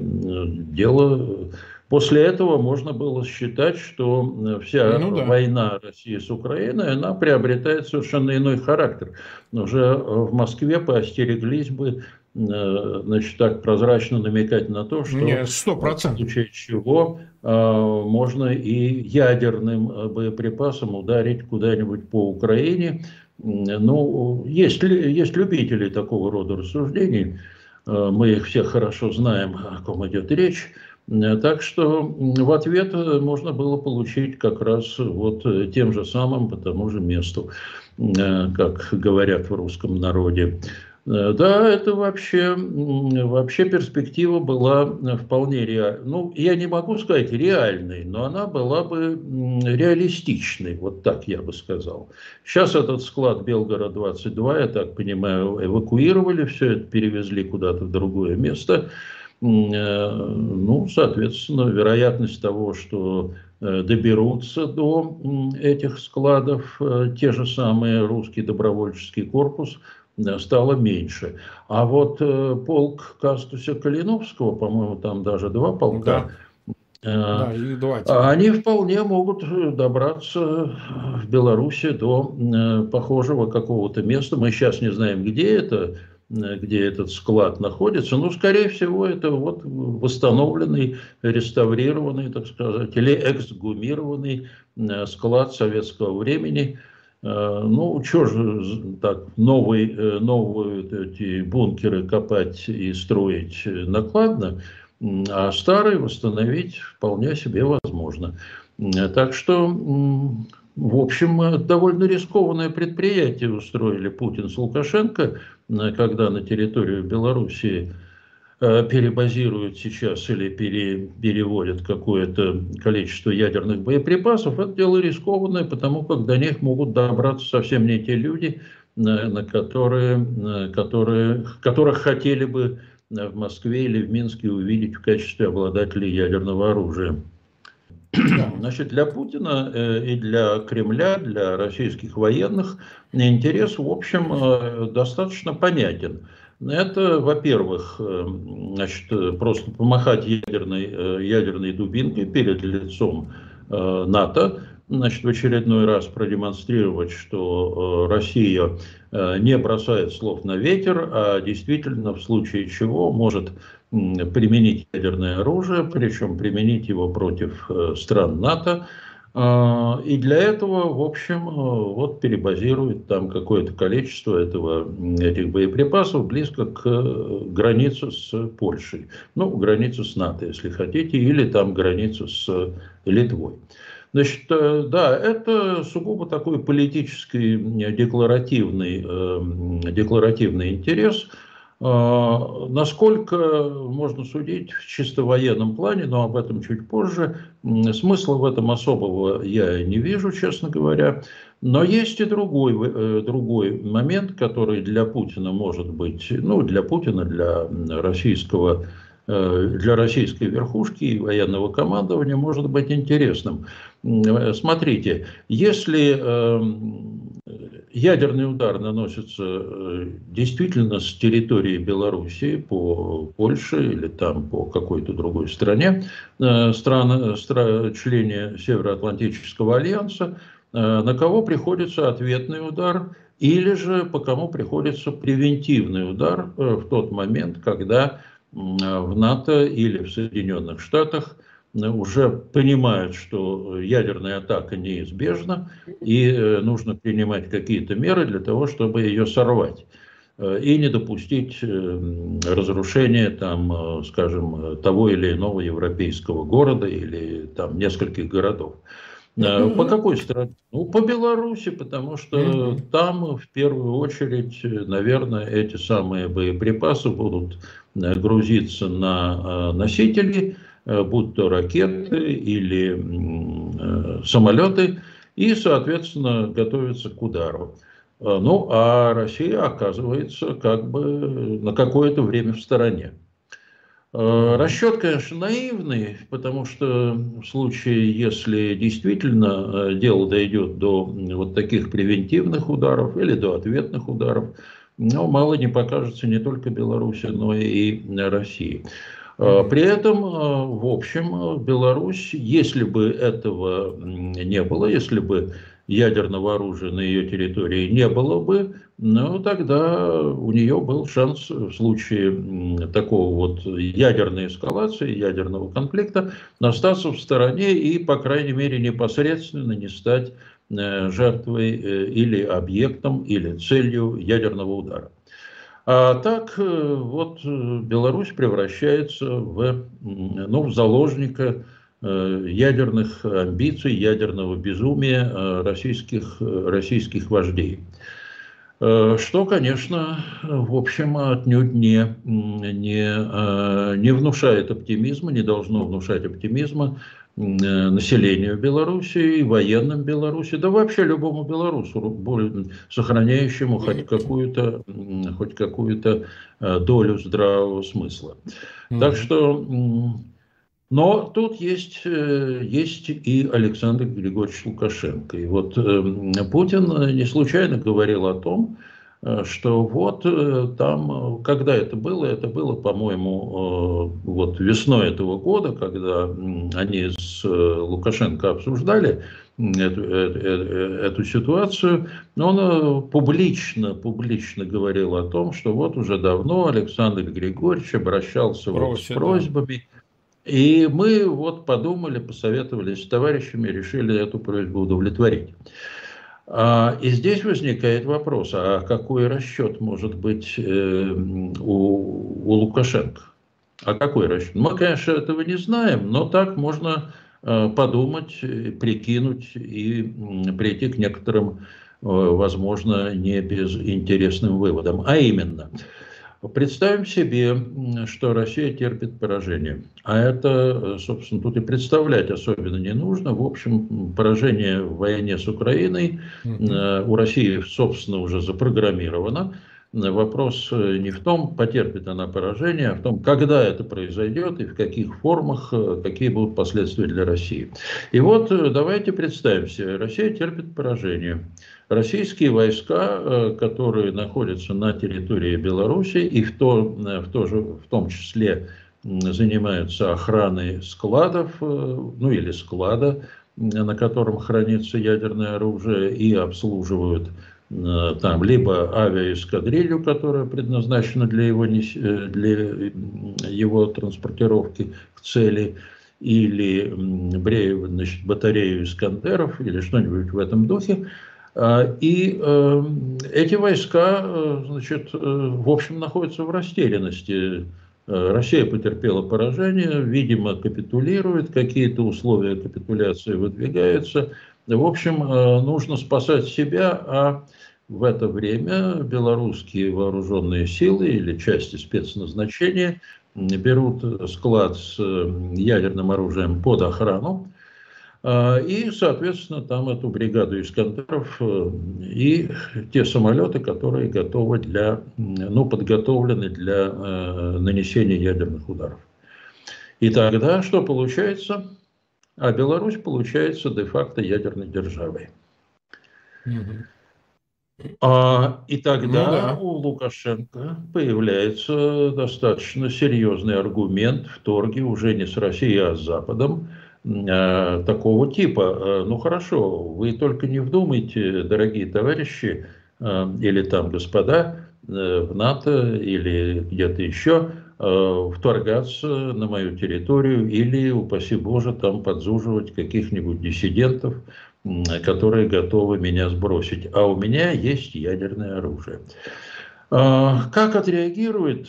После этого можно было считать, что вся война России с Украиной, она приобретает совершенно иной характер. Уже в Москве поостереглись бы, значит, так прозрачно намекать на то, что 100%. в случае чего можно и ядерным боеприпасом ударить куда-нибудь по Украине. Ну, есть любители такого рода рассуждений, мы их всех хорошо знаем, о ком идет речь, так что в ответ можно было получить как раз вот тем же самым по тому же месту, как говорят в русском народе. Да, это вообще перспектива была вполне реальной. Ну, я не могу сказать реальной, но она была бы реалистичной, вот так я бы сказал. Сейчас этот склад Белгород-22, я так понимаю, эвакуировали, все это перевезли куда-то в другое место. Ну, соответственно, вероятность того, что доберутся до этих складов те же самые русский добровольческий корпус, стало меньше. А вот полк Кастуся Калиновского, по-моему, там даже 2 полка, они вполне могут добраться в Беларуси до похожего какого-то места. Мы сейчас не знаем, где этот склад находится, но, скорее всего, это вот восстановленный, реставрированный, так сказать, или эксгумированный склад советского времени. Ну, что же так, новые эти бункеры копать и строить накладно, а старые восстановить вполне себе возможно. Так что, в общем, довольно рискованное предприятие устроили Путин с Лукашенко, когда на территорию Белоруссии перебазируют сейчас или переводят какое-то количество ядерных боеприпасов, это дело рискованное, потому как до них могут добраться совсем не те люди, которых хотели бы в Москве или в Минске увидеть в качестве обладателей ядерного оружия. Значит, для Путина и для Кремля, для российских военных интерес, в общем, достаточно понятен. Это, во-первых, значит, просто помахать ядерной дубинкой перед лицом НАТО, значит, в очередной раз продемонстрировать, что Россия не бросает слов на ветер, а действительно в случае чего может применить ядерное оружие, причем применить его против стран НАТО. И для этого, в общем, вот перебазируют там какое-то количество этих боеприпасов близко к границе с Польшей. Ну, границу с НАТО, если хотите, или там границу с Литвой. Значит, да, это сугубо такой политический декларативный интерес. Насколько можно судить в чисто военном плане, но об этом чуть позже, смысла в этом особого я не вижу, честно говоря. Но есть и другой момент, который для Путина может быть, ну, для Путина, для российской верхушки и военного командования может быть интересным. Смотрите, если ядерный удар наносится действительно с территории Белоруссии по Польше или там по какой-то другой стране, члене Североатлантического альянса, на кого приходится ответный удар, или же по кому приходится превентивный удар в тот момент, когда в НАТО или в Соединенных Штатах уже понимают, что ядерная атака неизбежна, и нужно принимать какие-то меры для того, чтобы ее сорвать и не допустить разрушения, там, скажем, того или иного европейского города или там нескольких городов. По какой стране? Ну, по Беларуси, потому что там в первую очередь, наверное, эти самые боеприпасы будут грузиться на носители, будь то ракеты или самолеты, и, соответственно, готовиться к удару. Ну, а Россия оказывается как бы на какое-то время в стороне. Расчет, конечно, наивный, потому что в случае, если действительно дело дойдет до вот таких превентивных ударов или до ответных ударов, ну, мало не покажется не только Беларуси, но и России. При этом, в общем, Беларусь, если бы этого не было, если бы ядерного оружия на ее территории не было бы, ну, тогда у нее был шанс в случае такого вот ядерной эскалации, ядерного конфликта, остаться в стороне и, по крайней мере, непосредственно не стать жертвой или объектом, или целью ядерного удара. А так вот Беларусь превращается в заложника ядерных амбиций, ядерного безумия российских вождей. Что, конечно, в общем, отнюдь не внушает оптимизма, не должно внушать оптимизма населению Беларуси, военным Беларуси, да вообще любому белорусу, сохраняющему хоть какую-то долю здравого смысла. Так что, но тут есть и Александр Григорьевич Лукашенко. И вот Путин не случайно говорил о том, что вот там, когда это было, по-моему, вот весной этого года, когда они с Лукашенко обсуждали эту ситуацию, он публично говорил о том, что вот уже давно Александр Григорьевич обращался с просьбами. И мы вот подумали, посоветовались с товарищами, решили эту просьбу удовлетворить. И здесь возникает вопрос, а какой расчет может быть у Лукашенко? А какой расчет? Мы, конечно, этого не знаем, но так можно подумать, прикинуть и прийти к некоторым, возможно, не безинтересным выводам. А именно, представим себе, что Россия терпит поражение. А это, собственно, тут и представлять особенно не нужно. В общем, поражение в войне с Украиной у России, собственно, уже запрограммировано. Вопрос не в том, потерпит она поражение, а в том, когда это произойдет и в каких формах, какие будут последствия для России. И вот давайте представим себе, Россия терпит поражение. Российские войска, которые находятся на территории Беларуси и в том числе занимаются охраной складов, ну или склада, на котором хранится ядерное оружие, и обслуживают там либо авиаэскадрилью, которая предназначена для его транспортировки к цели, или значит, батарею Искандеров или что-нибудь в этом духе. И эти войска, значит, в общем, находятся в растерянности. Россия потерпела поражение, видимо, капитулирует, какие-то условия капитуляции выдвигаются. В общем, нужно спасать себя, а в это время белорусские вооруженные силы или части спецназначения берут склад с ядерным оружием под охрану. И, соответственно, там эту бригаду Искандеров и те самолеты, которые готовы подготовлены для нанесения ядерных ударов. И тогда что получается? А Беларусь получается де-факто ядерной державой. И тогда у Лукашенко появляется достаточно серьезный аргумент в торге уже не с Россией, а с Западом, такого типа. Ну хорошо, вы только не вдумайте, дорогие товарищи, или там господа в НАТО, или где-то еще, вторгаться на мою территорию или, упаси Боже, там подзуживать каких-нибудь диссидентов, которые готовы меня сбросить. А у меня есть ядерное оружие. Как отреагируют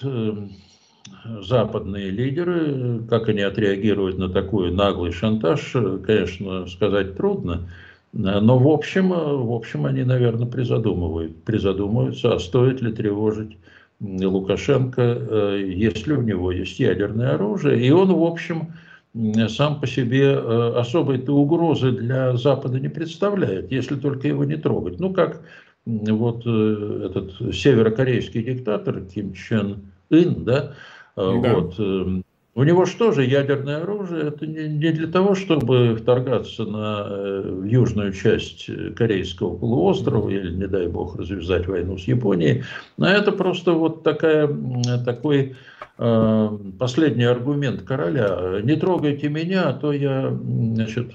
западные лидеры, как они отреагируют на такой наглый шантаж, конечно, сказать трудно. Но в общем они, наверное, призадумываются, а стоит ли тревожить Лукашенко, если у него есть ядерное оружие. И он, в общем, сам по себе особой-то угрозы для Запада не представляет, если только его не трогать. Ну, как вот этот северокорейский диктатор Ким Чен Ын, да. Вот. У него что же ядерное оружие? Это не для того, чтобы вторгаться в южную часть Корейского полуострова или, не дай бог, развязать войну с Японией. А это просто вот такой последний аргумент короля. Не трогайте меня, а то я, значит,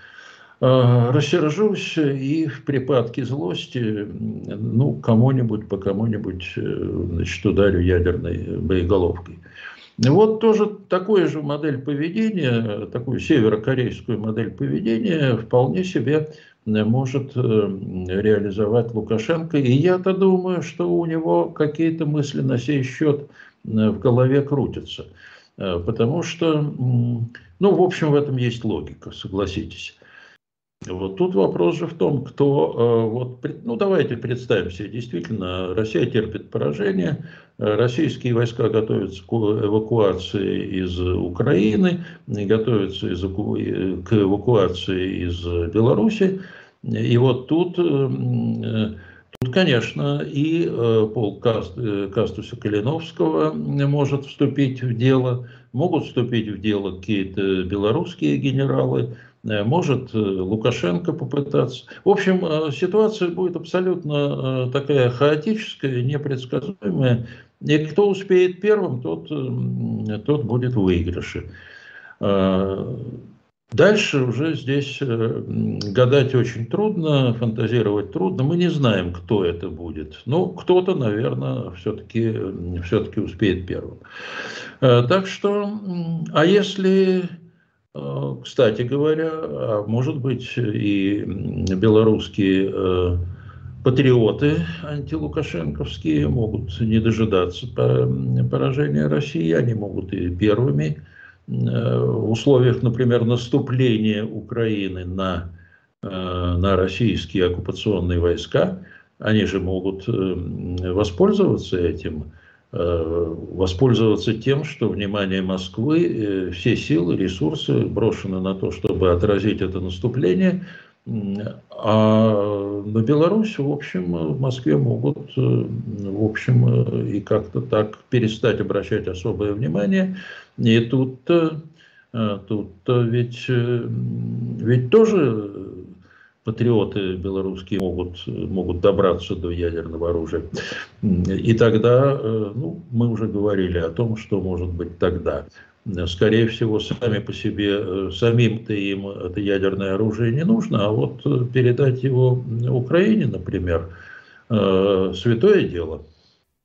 рассержусь и в припадке злости, ну, по кому-нибудь, значит, ударю ядерной боеголовкой. Вот тоже такую же модель поведения, такую северокорейскую модель поведения вполне себе может реализовать Лукашенко. И я-то думаю, что у него какие-то мысли на сей счет в голове крутятся. Потому что, ну, в общем, в этом есть логика, согласитесь. Вот тут вопрос же в том, давайте представим себе, действительно, Россия терпит поражение, российские войска готовятся к эвакуации из Украины, готовятся к эвакуации из Беларуси, и вот тут, конечно, и полк Кастуса Калиновского может вступить в дело, могут вступить в дело какие-то белорусские генералы, может Лукашенко попытаться. В общем, ситуация будет абсолютно такая хаотическая, непредсказуемая. И кто успеет первым, тот будет в выигрыше. Дальше уже здесь гадать очень трудно, фантазировать трудно. Мы не знаем, кто это будет. Но кто-то, наверное, все-таки успеет первым. Так что, а если... Кстати говоря, может быть, и белорусские патриоты антилукашенковские могут не дожидаться поражения России, они могут и первыми в условиях, например, наступления Украины на российские оккупационные войска, они же могут воспользоваться этим, воспользоваться тем, что внимание Москвы, все силы, ресурсы брошены на то, чтобы отразить это наступление, а на Беларусь, в общем, в Москве могут, в общем, и как-то так перестать обращать особое внимание. И тут ведь тоже патриоты белорусские могут добраться до ядерного оружия. И тогда, ну, мы уже говорили о том, что может быть тогда. Скорее всего, сами по себе, самим-то им это ядерное оружие не нужно, а вот передать его Украине, например, святое дело.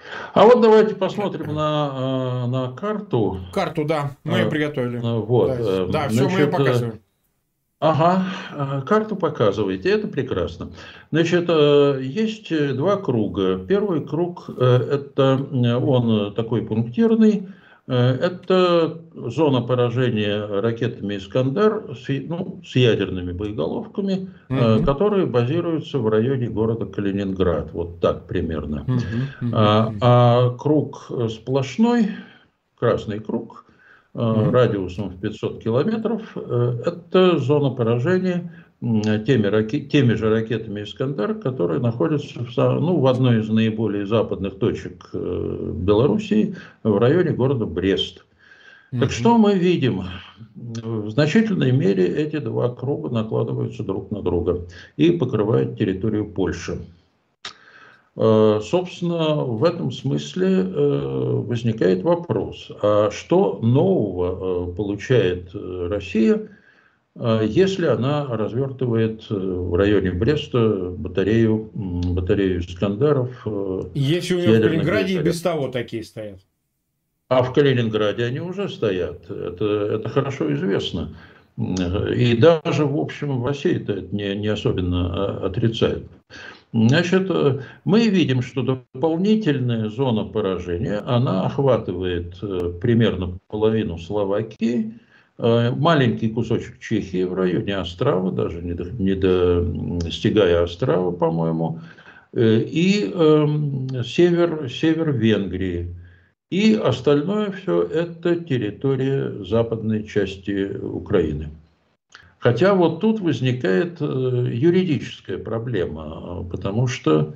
А вот давайте посмотрим на карту. Карту, да, мы ее приготовили. Вот, да, все, мы ее показываем. Ага, карту показываете, это прекрасно. Значит, есть два круга. Первый круг, это он такой пунктирный, это зона поражения ракетами «Искандер» с ядерными боеголовками, которые базируются в районе города Калининград. Вот так примерно. А круг сплошной, красный круг, радиусом в 500 километров, это зона поражения теми же ракетами «Искандер», которые находятся в одной из наиболее западных точек Белоруссии, в районе города Брест. Так что мы видим? В значительной мере эти два круга накладываются друг на друга и покрывают территорию Польши. Собственно, в этом смысле возникает вопрос, а что нового получает Россия, если она развертывает в районе Бреста батарею «Искандеров»? Если у нее в Калининграде и без того такие стоят. А в Калининграде они уже стоят, это хорошо известно. И даже, в общем, в России это не особенно отрицают. Значит, мы видим, что дополнительная зона поражения, она охватывает примерно половину Словакии, маленький кусочек Чехии в районе Острава, даже не достигая Острава, по-моему, и север Венгрии. И остальное все это территория западной части Украины. Хотя вот тут возникает юридическая проблема, потому что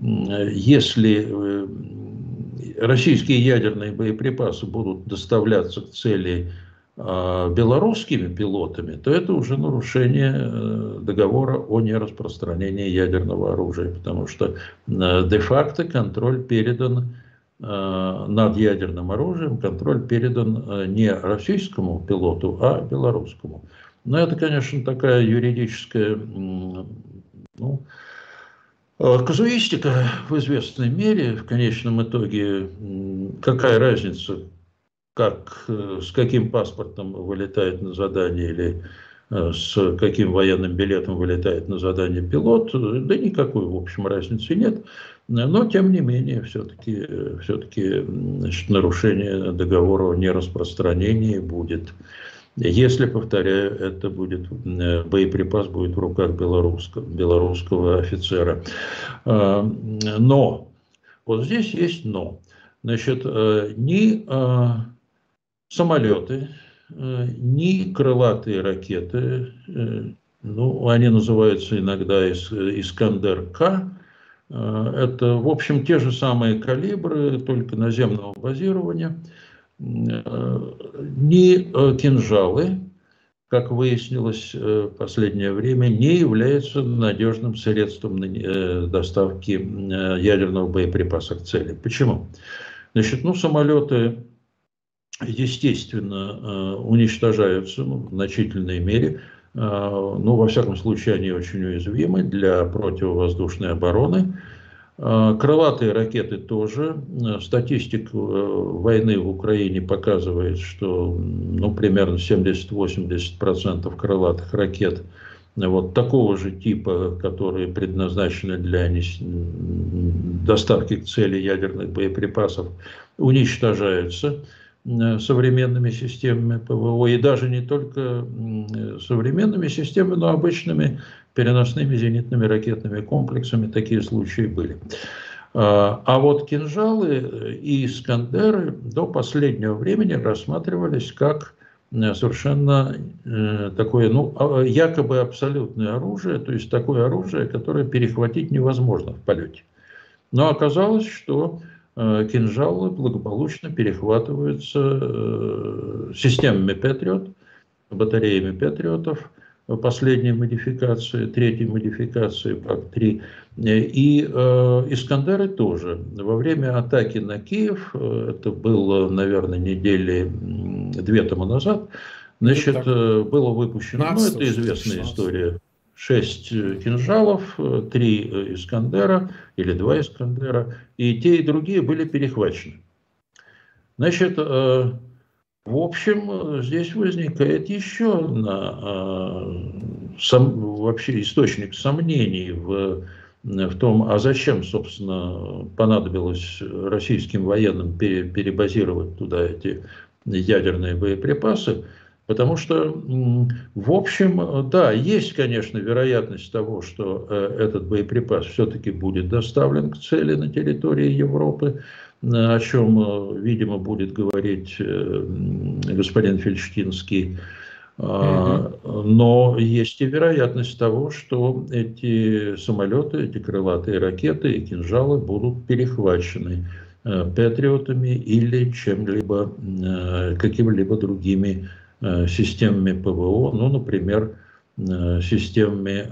если российские ядерные боеприпасы будут доставляться к цели белорусскими пилотами, то это уже нарушение договора о нераспространении ядерного оружия, потому что де-факто контроль передан над ядерным оружием, контроль передан не российскому пилоту, а белорусскому. Но это, конечно, такая юридическая казуистика в известной мере. В конечном итоге, какая разница, с каким паспортом вылетает на задание или с каким военным билетом вылетает на задание пилот, да никакой, в общем, разницы нет. Но, тем не менее, все-таки нарушение договора о нераспространении будет. Если, повторяю, это боеприпас будет в руках белорусского офицера. Но, вот здесь есть но. Значит, ни самолеты, ни крылатые ракеты, они называются иногда «Искандер-К», это, в общем, те же самые калибры, только наземного базирования. Ни кинжалы, как выяснилось в последнее время, не являются надежным средством доставки ядерного боеприпаса к цели. Почему? Значит, самолеты, естественно, уничтожаются в значительной мере. Во всяком случае, они очень уязвимы для противовоздушной обороны. Крылатые ракеты тоже. Статистика войны в Украине показывает, что примерно 70-80% крылатых ракет вот такого же типа, которые предназначены для доставки к цели ядерных боеприпасов, уничтожаются современными системами ПВО, и даже не только современными системами, но обычными переносными зенитными ракетными комплексами такие случаи были. А вот кинжалы и «Искандеры» до последнего времени рассматривались как совершенно такое, якобы абсолютное оружие, то есть такое оружие, которое перехватить невозможно в полете. Но оказалось, что кинжалы благополучно перехватываются системами «Патриот», батареями «Патриотов», последней модификации, третьей модификации ПАК-3. И «Искандеры» тоже. Во время атаки на Киев, это было, наверное, недели 2 тому назад, было выпущено, это известная история, 6 кинжалов, 3 Искандера или 2 Искандера, и те, и другие были перехвачены. Значит, в общем, здесь возникает еще вообще источник сомнений в том, а зачем, собственно, понадобилось российским военным перебазировать туда эти ядерные боеприпасы. Потому что, в общем, да, есть, конечно, вероятность того, что этот боеприпас все-таки будет доставлен к цели на территории Европы, о чем, видимо, будет говорить господин Фельштинский. Но есть и вероятность того, что эти самолеты, эти крылатые ракеты и кинжалы будут перехвачены патриотами или чем-либо, какими-либо другими системами ПВО, ну, например, системами,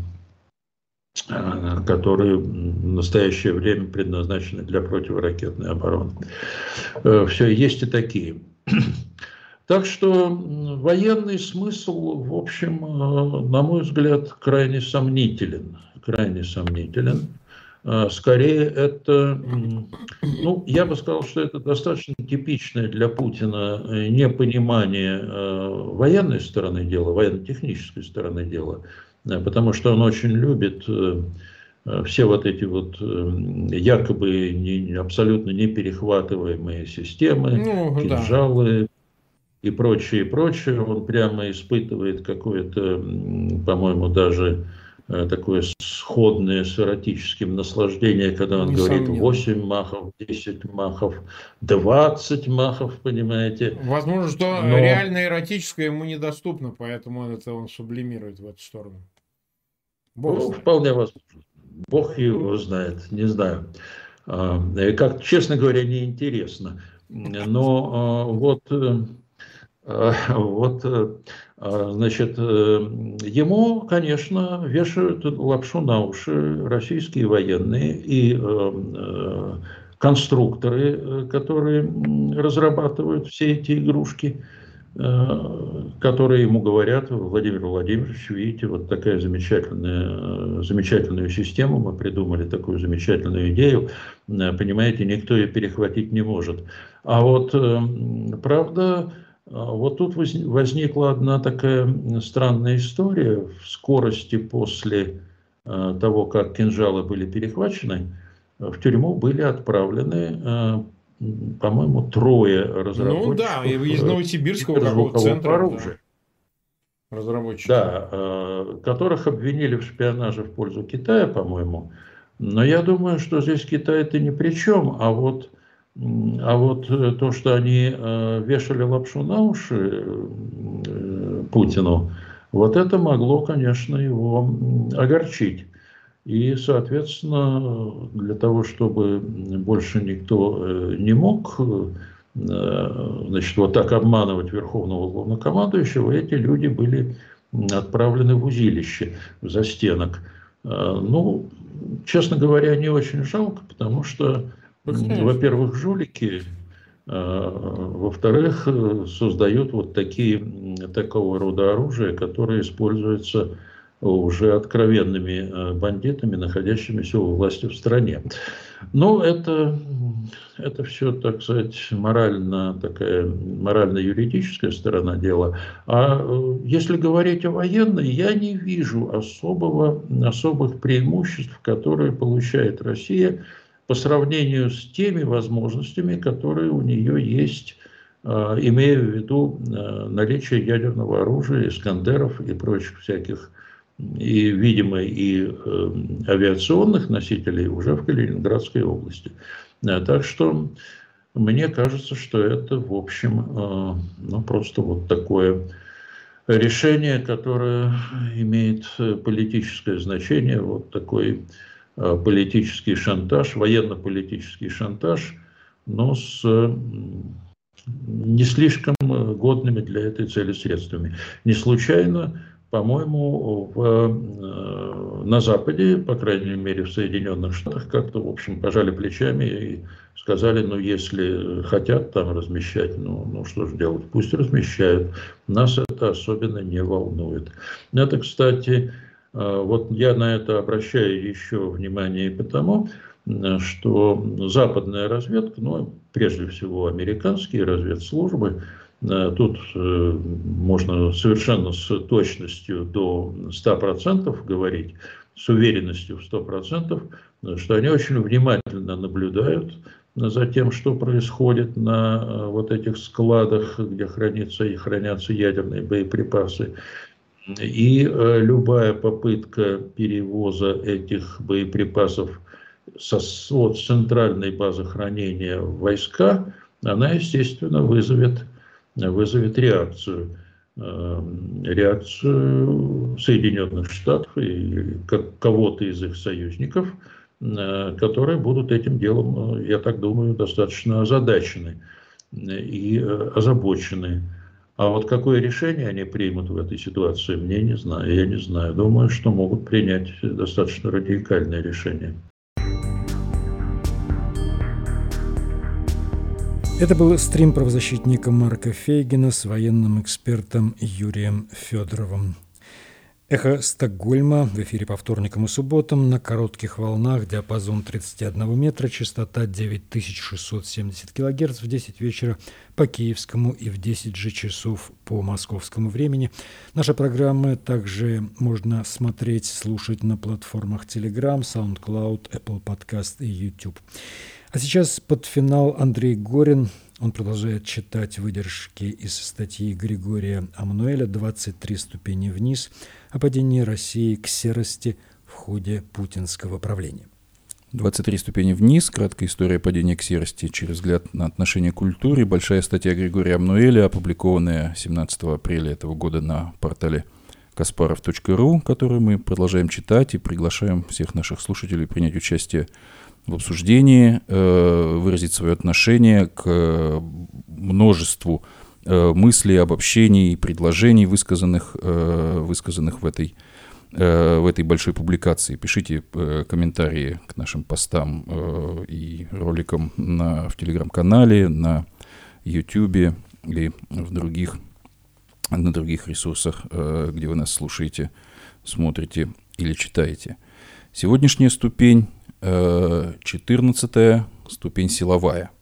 которые в настоящее время предназначены для противоракетной обороны. Все, есть и такие. Так что военный смысл, в общем, на мой взгляд, крайне сомнителен. Крайне сомнителен. Скорее, это, ну, я бы сказал, что это достаточно типичное для Путина непонимание военной стороны дела, военно-технической стороны дела, потому что он очень любит все вот эти вот якобы абсолютно неперехватываемые системы, кинжалы и прочее, и прочее. Он прямо испытывает какое-то, по-моему, даже такое сходное с эротическим наслаждение, когда он говорит 8 махов, 10 махов, 20 махов, понимаете. Возможно, что реально эротическое ему недоступно, поэтому он сублимирует в эту сторону. Ну, вполне возможно. Бог его знает, не знаю. Как, честно говоря, неинтересно. Но значит, ему, конечно, вешают лапшу на уши российские военные и конструкторы, которые разрабатывают все эти игрушки, которые ему говорят: Владимир Владимирович, видите, вот такая замечательную систему мы придумали, такую замечательную идею, понимаете, никто ее перехватить не может. А вот, правда, вот тут возникла одна такая странная история. В скорости после того, как кинжалы были перехвачены, в тюрьму были отправлены, по-моему, 3 разработчиков. Ну да, из Новосибирского какого-то центра оружия. Да, разработчики. Да, которых обвинили в шпионаже в пользу Китая, по-моему. Но я думаю, что здесь Китай-то ни при чем, а вот то, что они вешали лапшу на уши Путину, вот это могло, конечно, его огорчить. И, соответственно, для того, чтобы больше никто не мог, значит, вот так обманывать верховного главнокомандующего, эти люди были отправлены в узилище, в застенок. Ну, честно говоря, не очень жалко, потому что, во-первых, жулики, во-вторых, создают вот такого рода оружие, которое используется уже откровенными бандитами, находящимися у власти в стране. Но это все, так сказать, морально-юридическая сторона дела. А если говорить о военной, я не вижу особых преимуществ, которые получает Россия по сравнению с теми возможностями, которые у нее есть, имея в виду наличие ядерного оружия, Искандеров и прочих всяких, и, видимо, и авиационных носителей уже в Калининградской области. Так что мне кажется, что это, в общем, просто вот такое решение, которое имеет политическое значение, вот такой политический шантаж, военно-политический шантаж, но с не слишком годными для этой цели средствами. Не случайно, по-моему, на Западе, по крайней мере в Соединенных Штатах, как-то, в общем, пожали плечами и сказали: ну, если хотят там размещать, ну что же делать, пусть размещают, нас это особенно не волнует. Это, кстати, Вот я на это обращаю еще внимание и потому, что западная разведка, ну, прежде всего американские разведслужбы, тут можно совершенно с точностью до 100% говорить, с уверенностью в 100%, что они очень внимательно наблюдают за тем, что происходит на вот этих складах, где хранятся ядерные боеприпасы. И любая попытка перевоза этих боеприпасов от центральной базы хранения в войска, она, естественно, вызовет реакцию. Реакцию Соединенных Штатов и кого-то из их союзников, которые будут этим делом, я так думаю, достаточно озадачены и озабочены. А вот какое решение они примут в этой ситуации, я не знаю. Думаю, что могут принять достаточно радикальное решение. Это был стрим правозащитника Марка Фейгина с военным экспертом Юрием Федоровым. Эхо Стокгольма в эфире по вторникам и субботам на коротких волнах, диапазон 31 метра, частота 9670 кГц в 10 вечера по киевскому и в 10 же часов по московскому времени. Наши программы также можно смотреть, слушать на платформах Telegram, SoundCloud, Apple Podcast и YouTube. А сейчас под финал Андрей Горин. Он продолжает читать выдержки из статьи Григория Амануэля «23 ступени вниз» о падении России к серости в ходе путинского правления. 23 ступени вниз. Краткая история падения к серости через взгляд на отношение к культуре. Большая статья Григория Амануэля, опубликованная 17 апреля этого года на портале kasparov.ru, которую мы продолжаем читать и приглашаем всех наших слушателей принять участие в обсуждении, выразить свое отношение к множеству мыслей, обобщений и предложений, высказанных в этой большой публикации. Пишите комментарии к нашим постам и роликам в Телеграм-канале, на Ютубе и на других ресурсах, где вы нас слушаете, смотрите или читаете. Сегодняшняя ступень 14-я ступень силовая.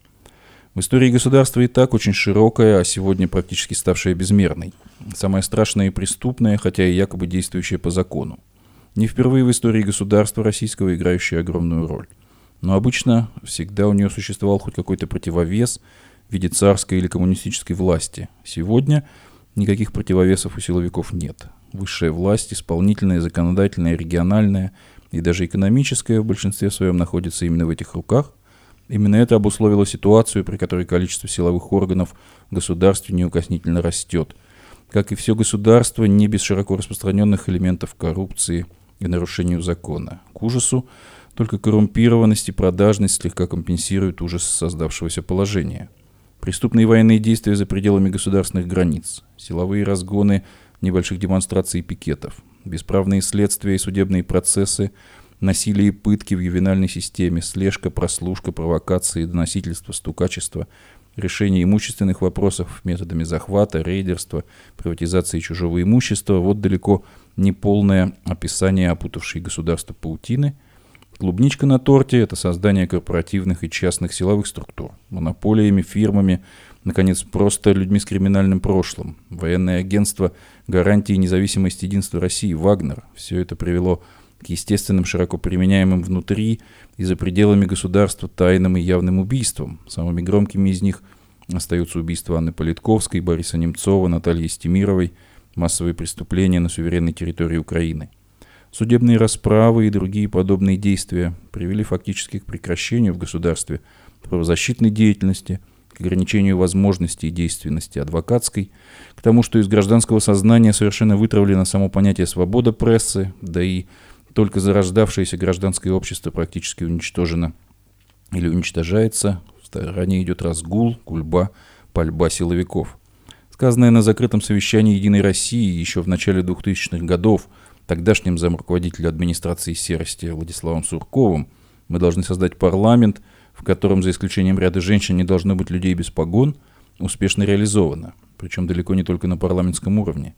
В истории государства и так очень широкая, а сегодня практически ставшая безмерной. Самая страшная и преступная, хотя и якобы действующая по закону. Не впервые в истории государства российского играющая огромную роль. Но обычно всегда у нее существовал хоть какой-то противовес в виде царской или коммунистической власти. Сегодня никаких противовесов у силовиков нет. Высшая власть, исполнительная, законодательная, региональная и даже экономическая в большинстве своем находится именно в этих руках. Именно это обусловило ситуацию, при которой количество силовых органов в государстве неукоснительно растет. Как и все государство, не без широко распространенных элементов коррупции и нарушению закона. К ужасу только коррумпированность и продажность слегка компенсируют ужас создавшегося положения. Преступные военные действия за пределами государственных границ, силовые разгоны небольших демонстраций и пикетов, бесправные следствия и судебные процессы, насилие и пытки в ювенальной системе, слежка, прослушка, провокации, доносительство, стукачество, решение имущественных вопросов методами захвата, рейдерства, приватизации чужого имущества – вот далеко не полное описание опутавшей государство паутины. Клубничка на торте – это создание корпоративных и частных силовых структур, монополиями, фирмами, наконец, просто людьми с криминальным прошлым, военное агентство, гарантии независимости единства России, Вагнер – все это привело к естественным, широко применяемым внутри и за пределами государства тайным и явным убийствам. Самыми громкими из них остаются убийства Анны Политковской, Бориса Немцова, Натальи Стемировой, массовые преступления на суверенной территории Украины. Судебные расправы и другие подобные действия привели фактически к прекращению в государстве правозащитной деятельности, к ограничению возможностей и действенности адвокатской, к тому, что из гражданского сознания совершенно вытравлено само понятие свобода прессы, да и только зарождавшееся гражданское общество практически уничтожено или уничтожается, в стороне идет разгул, гульба, пальба силовиков. Сказанное на закрытом совещании «Единой России» еще в начале 2000-х годов тогдашним замруководителем администрации серости Владиславом Сурковым: мы должны создать парламент, в котором, за исключением ряда женщин, не должно быть людей без погон, успешно реализовано, причем далеко не только на парламентском уровне.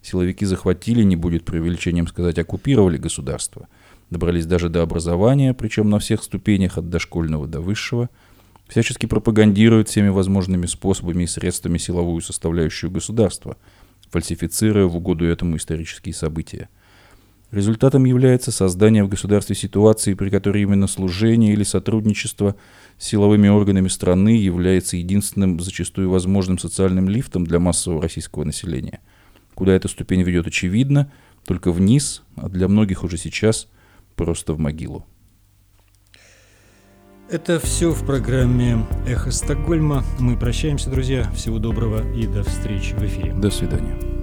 Силовики захватили, не будет преувеличением сказать, оккупировали государство. Добрались даже до образования, причем на всех ступенях, от дошкольного до высшего. Всячески пропагандируют всеми возможными способами и средствами силовую составляющую государства, фальсифицируя в угоду этому исторические события. Результатом является создание в государстве ситуации, при которой именно служение или сотрудничество с силовыми органами страны является единственным, зачастую возможным социальным лифтом для массового российского населения. Куда эта ступень ведет, очевидно, только вниз, а для многих уже сейчас просто в могилу. Это все в программе «Эхо Стокгольма». Мы прощаемся, друзья. Всего доброго и до встречи в эфире. До свидания.